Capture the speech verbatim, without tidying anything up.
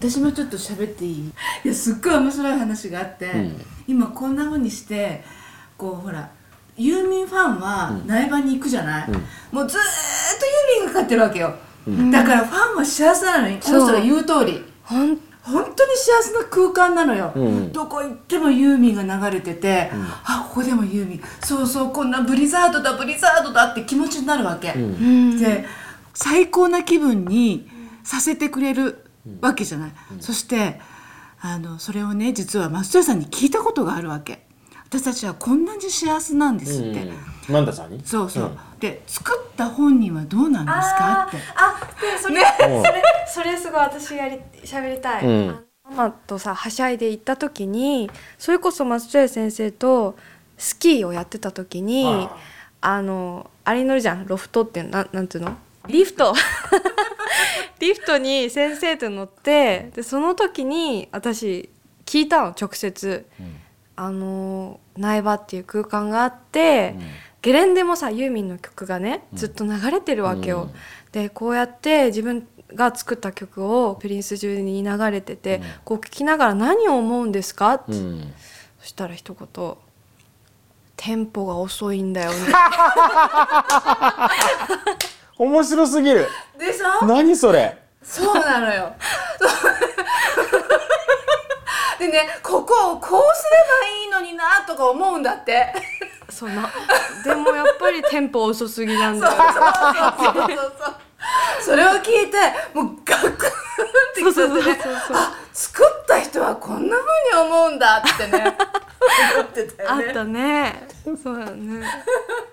私もちょっと喋っていい？いやすっごい面白い話があって、うん、今こんな風にしてこうほらユーミンファンは苗場に行くじゃない、うん、もうずーっとユーミンがかかってるわけよ、うん、だからファンは幸せなのに、この人が言う通りほん本当に幸せな空間なのよ、うん、どこ行ってもユーミンが流れてて、うん、あここでもユーミン、そうそうこんなブリザードだブリザードだって気持ちになるわけ、うん、で最高な気分にさせてくれるわけじゃない、うん、そしてあのそれをね実は松任谷さんに聞いたことがあるわけ。私たちはこんなに幸せなんですって、うん、 マンダさんにそうそう、うん、で作った本人はどうなんですかってあでそれ、ね、それそれすごい私やり喋りたい、うん、ママとさはしゃいで行った時にそれこそ松任谷先生とスキーをやってた時にああのあれに乗るじゃんロフトってななんていうのリフトリフトに先生と乗ってでその時に私聞いたの直接、うん、あの苗場っていう空間があって、うん、ゲレンデもさユーミンの曲がねずっと流れてるわけよ、うん、でこうやって自分が作った曲をプリンス中に流れてて、うん、こう聴きながら何を思うんですかって、うん、そしたら一言テンポが遅いんだよね面白すぎるでしょ。 何それ。 そうなのよでねここをこうすればいいのになとか思うんだってそんなでもやっぱりテンポ遅すぎなんだよそうそうそうそうそうそれを聞いてもうガクンってきちゃってねあ作った人はこんな風に思うんだってね思ってたよね。 あったねそうだね